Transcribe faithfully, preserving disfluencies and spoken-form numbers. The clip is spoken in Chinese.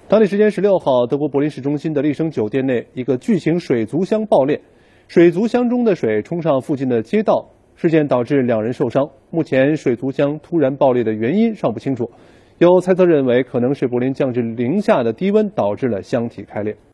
当地时间十六号，德国柏林市中心的丽笙酒店内，一个巨型水族箱爆裂，水族箱中的水冲上附近的街道，事件导致两人受伤。目前，水族箱突然爆裂的原因尚不清楚，有猜测认为可能是柏林降至零下的低温导致了箱体开裂。